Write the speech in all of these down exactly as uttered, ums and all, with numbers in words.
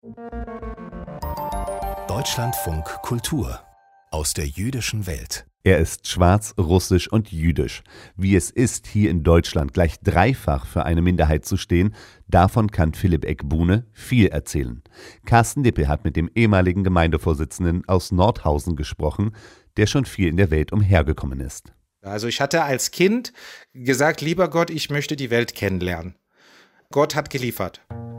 Deutschlandfunk Kultur aus der jüdischen Welt. Er ist schwarz, russisch und jüdisch. Wie es ist, hier in Deutschland gleich dreifach für eine Minderheit zu stehen, davon kann Philipp Eckbune viel erzählen. Carsten Dippel hat mit dem ehemaligen Gemeindevorsitzenden aus Nordhausen gesprochen, der schon viel in der Welt umhergekommen ist. Also ich hatte als Kind gesagt, lieber Gott, ich möchte die Welt kennenlernen. Gott hat geliefert.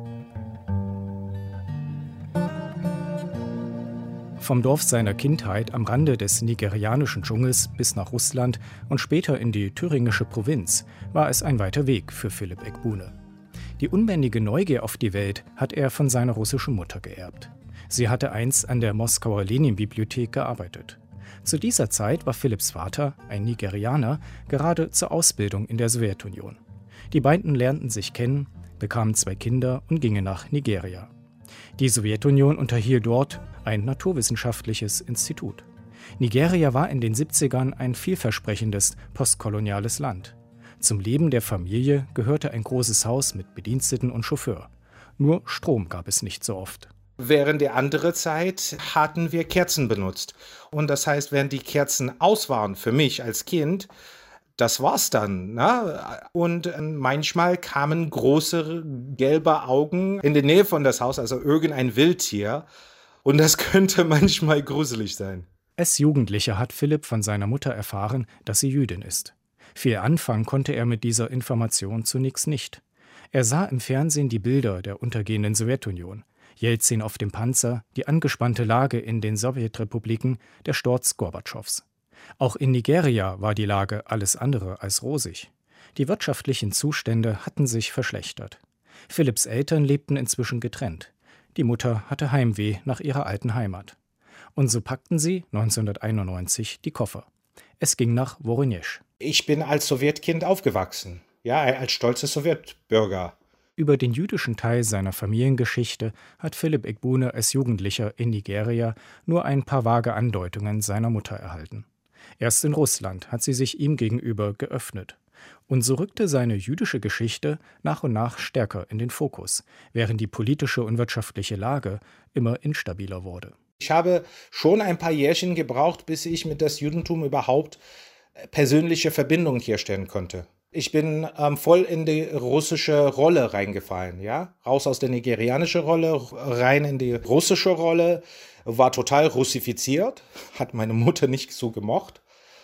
Vom Dorf seiner Kindheit am Rande des nigerianischen Dschungels bis nach Russland und später in die thüringische Provinz war es ein weiter Weg für Philipp Eckbune. Die unbändige Neugier auf die Welt hat er von seiner russischen Mutter geerbt. Sie hatte einst an der Moskauer Lenin-Bibliothek gearbeitet. Zu dieser Zeit war Philipps Vater, ein Nigerianer, gerade zur Ausbildung in der Sowjetunion. Die beiden lernten sich kennen, bekamen zwei Kinder und gingen nach Nigeria. Die Sowjetunion unterhielt dort ein naturwissenschaftliches Institut. Nigeria war in den siebzigern ein vielversprechendes postkoloniales Land. Zum Leben der Familie gehörte ein großes Haus mit Bediensteten und Chauffeur. Nur Strom gab es nicht so oft. Während der anderen Zeit hatten wir Kerzen benutzt. Und das heißt, wenn die Kerzen aus waren für mich als Kind, das war's dann. Ne? Und manchmal kamen große gelbe Augen in der Nähe von das Haus, also irgendein Wildtier. Und das könnte manchmal gruselig sein. Als Jugendlicher hat Philipp von seiner Mutter erfahren, dass sie Jüdin ist. Viel anfangen konnte er mit dieser Information zunächst nicht. Er sah im Fernsehen die Bilder der untergehenden Sowjetunion. Jelzin auf dem Panzer, die angespannte Lage in den Sowjetrepubliken, der Sturz Gorbatschows. Auch in Nigeria war die Lage alles andere als rosig. Die wirtschaftlichen Zustände hatten sich verschlechtert. Philipps Eltern lebten inzwischen getrennt. Die Mutter hatte Heimweh nach ihrer alten Heimat. Und so packten sie neunzehnhunderteinundneunzig die Koffer. Es ging nach Woronesch. Ich bin als Sowjetkind aufgewachsen, ja, als stolzer Sowjetbürger. Über den jüdischen Teil seiner Familiengeschichte hat Philipp Eckbune als Jugendlicher in Nigeria nur ein paar vage Andeutungen seiner Mutter erhalten. Erst in Russland hat sie sich ihm gegenüber geöffnet. Und so rückte seine jüdische Geschichte nach und nach stärker in den Fokus, während die politische und wirtschaftliche Lage immer instabiler wurde. Ich habe schon ein paar Jährchen gebraucht, bis ich mit das Judentum überhaupt persönliche Verbindungen herstellen konnte. Ich bin ähm, voll in die russische Rolle reingefallen, ja, raus aus der nigerianischen Rolle, rein in die russische Rolle, war total russifiziert, hat meine Mutter nicht so gemocht.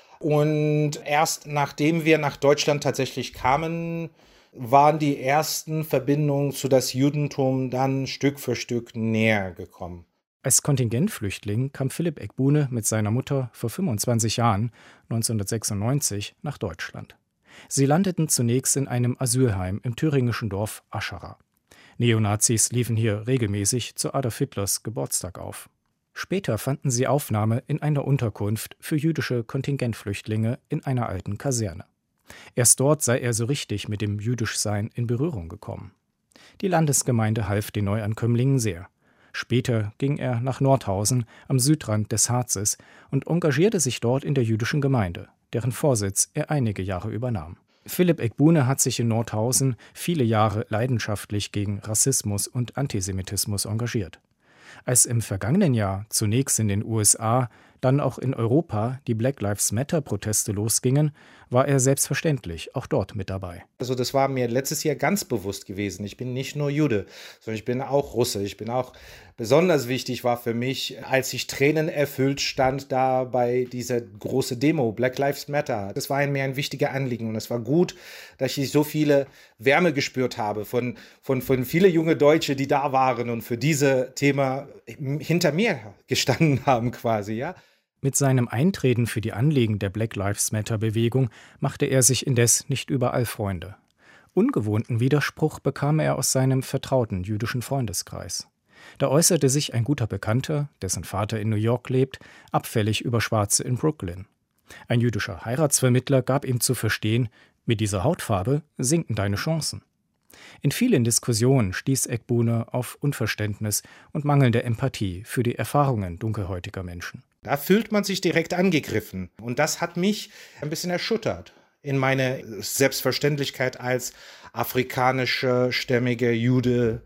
Und erst nachdem wir nach Deutschland tatsächlich kamen, waren die ersten Verbindungen zu das Judentum dann Stück für Stück näher gekommen. Als Kontingentflüchtling kam Philipp Eckbune mit seiner Mutter vor fünfundzwanzig Jahren, neunzehnhundertsechsundneunzig, nach Deutschland. Sie landeten zunächst in einem Asylheim im thüringischen Dorf Aschara. Neonazis liefen hier regelmäßig zu Adolf Hitlers Geburtstag auf. Später fanden sie Aufnahme in einer Unterkunft für jüdische Kontingentflüchtlinge in einer alten Kaserne. Erst dort sei er so richtig mit dem Jüdischsein in Berührung gekommen. Die Landesgemeinde half den Neuankömmlingen sehr. Später ging er nach Nordhausen am Südrand des Harzes und engagierte sich dort in der jüdischen Gemeinde, deren Vorsitz er einige Jahre übernahm. Philipp Eckbune hat sich in Nordhausen viele Jahre leidenschaftlich gegen Rassismus und Antisemitismus engagiert. Als im vergangenen Jahr zunächst in den U S A, dann auch in Europa die Black Lives Matter-Proteste losgingen, war er selbstverständlich auch dort mit dabei. Also das war mir letztes Jahr ganz bewusst gewesen. Ich bin nicht nur Jude, sondern ich bin auch Russe. Ich bin auch besonders wichtig war für mich, als ich tränenerfüllt stand da bei dieser großen Demo Black Lives Matter. Das war mir ein wichtiger Anliegen und es war gut, dass ich so viele Wärme gespürt habe von, von, von vielen junge Deutsche, die da waren und für dieses Thema hinter mir gestanden haben quasi, ja. Mit seinem Eintreten für die Anliegen der Black Lives Matter-Bewegung machte er sich indes nicht überall Freunde. Ungewohnten Widerspruch bekam er aus seinem vertrauten jüdischen Freundeskreis. Da äußerte sich ein guter Bekannter, dessen Vater in New York lebt, abfällig über Schwarze in Brooklyn. Ein jüdischer Heiratsvermittler gab ihm zu verstehen, mit dieser Hautfarbe sinken deine Chancen. In vielen Diskussionen stieß Eckbune auf Unverständnis und mangelnde Empathie für die Erfahrungen dunkelhäutiger Menschen. Da fühlt man sich direkt angegriffen. Und das hat mich ein bisschen erschüttert in meine Selbstverständlichkeit als afrikanischer, stämmiger Jude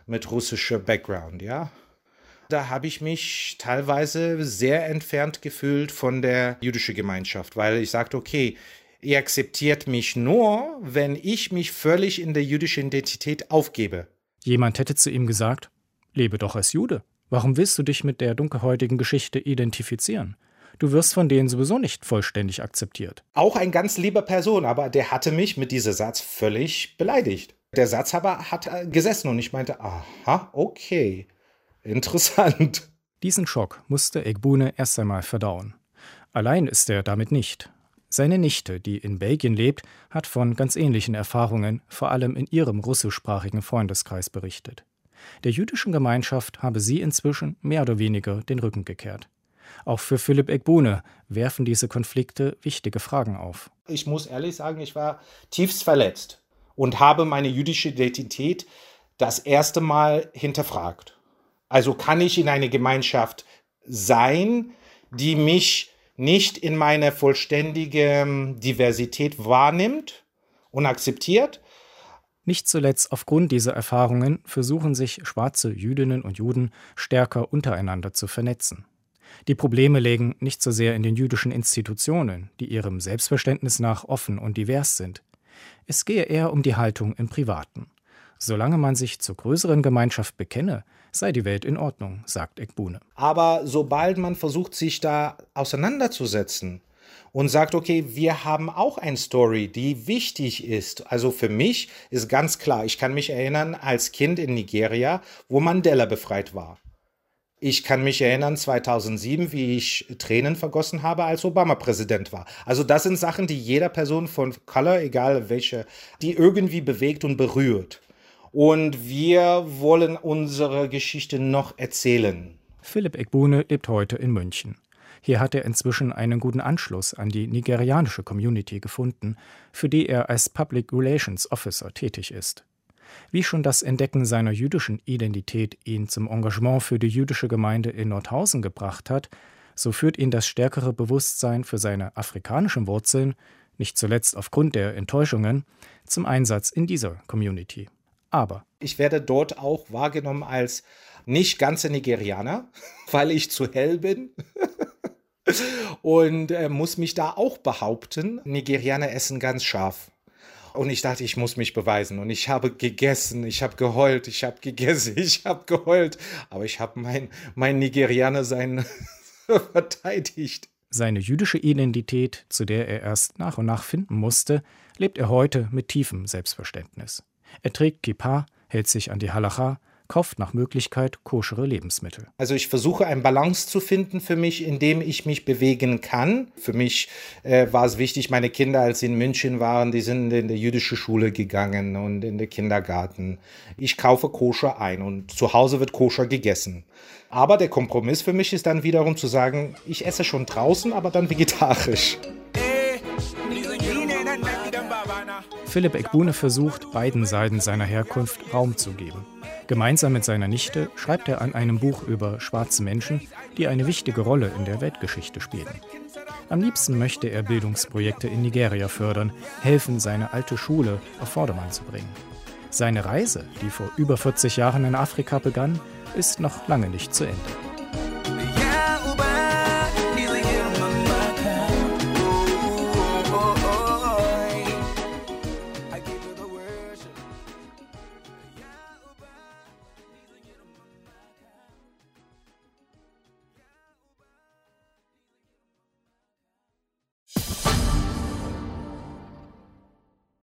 mit russischem Background, ja. Da habe ich mich teilweise sehr entfernt gefühlt von der jüdischen Gemeinschaft, weil ich sagte, okay, ihr akzeptiert mich nur, wenn ich mich völlig in der jüdischen Identität aufgebe. Jemand hätte zu ihm gesagt, lebe doch als Jude. Warum willst du dich mit der dunkelhäutigen Geschichte identifizieren? Du wirst von denen sowieso nicht vollständig akzeptiert. Auch ein ganz lieber Person, aber der hatte mich mit diesem Satz völlig beleidigt. Der Satz aber hat gesessen und ich meinte, aha, okay, interessant. Diesen Schock musste Egbune erst einmal verdauen. Allein ist er damit nicht. Seine Nichte, die in Belgien lebt, hat von ganz ähnlichen Erfahrungen, vor allem in ihrem russischsprachigen Freundeskreis berichtet. Der jüdischen Gemeinschaft habe sie inzwischen mehr oder weniger den Rücken gekehrt. Auch für Philip Egbune werfen diese Konflikte wichtige Fragen auf. Ich muss ehrlich sagen, ich war tiefst verletzt und habe meine jüdische Identität das erste Mal hinterfragt. Also kann ich in einer Gemeinschaft sein, die mich nicht in meine vollständige Diversität wahrnimmt und akzeptiert? Nicht zuletzt aufgrund dieser Erfahrungen versuchen sich schwarze Jüdinnen und Juden stärker untereinander zu vernetzen. Die Probleme lägen nicht so sehr in den jüdischen Institutionen, die ihrem Selbstverständnis nach offen und divers sind. Es gehe eher um die Haltung im Privaten. Solange man sich zur größeren Gemeinschaft bekenne, sei die Welt in Ordnung, sagt Egbune. Aber sobald man versucht, sich da auseinanderzusetzen und sagt, okay, wir haben auch eine Story, die wichtig ist. Also für mich ist ganz klar, ich kann mich erinnern als Kind in Nigeria, wo Mandela befreit war. Ich kann mich erinnern zweitausendsieben, wie ich Tränen vergossen habe, als Obama Präsident war. Also das sind Sachen, die jeder Person von Color, egal welche, die irgendwie bewegt und berührt. Und wir wollen unsere Geschichte noch erzählen. Philip Egbune lebt heute in München. Hier hat er inzwischen einen guten Anschluss an die nigerianische Community gefunden, für die er als Public Relations Officer tätig ist. Wie schon das Entdecken seiner jüdischen Identität ihn zum Engagement für die jüdische Gemeinde in Nordhausen gebracht hat, so führt ihn das stärkere Bewusstsein für seine afrikanischen Wurzeln, nicht zuletzt aufgrund der Enttäuschungen, zum Einsatz in dieser Community. Aber ich werde dort auch wahrgenommen als nicht ganze Nigerianer, weil ich zu hell bin. Und äh, muss mich da auch behaupten, Nigerianer essen ganz scharf. Und ich dachte, ich muss mich beweisen. Und ich habe gegessen, ich habe geheult, ich habe gegessen, ich habe geheult. Aber ich habe mein, mein Nigerianer-Sein verteidigt. Seine jüdische Identität, zu der er erst nach und nach finden musste, lebt er heute mit tiefem Selbstverständnis. Er trägt Kippa, hält sich an die Halacha, kauft nach Möglichkeit koschere Lebensmittel. Also ich versuche eine Balance zu finden für mich, indem ich mich bewegen kann. Für mich äh, war es wichtig, meine Kinder, als sie in München waren, die sind in die jüdische Schule gegangen und in den Kindergarten. Ich kaufe koscher ein und zu Hause wird koscher gegessen. Aber der Kompromiss für mich ist dann wiederum zu sagen, ich esse schon draußen, aber dann vegetarisch. Philip Egbune versucht, beiden Seiten seiner Herkunft Raum zu geben. Gemeinsam mit seiner Nichte schreibt er an einem Buch über schwarze Menschen, die eine wichtige Rolle in der Weltgeschichte spielen. Am liebsten möchte er Bildungsprojekte in Nigeria fördern, helfen, seine alte Schule auf Vordermann zu bringen. Seine Reise, die vor über vierzig Jahren in Afrika begann, ist noch lange nicht zu Ende.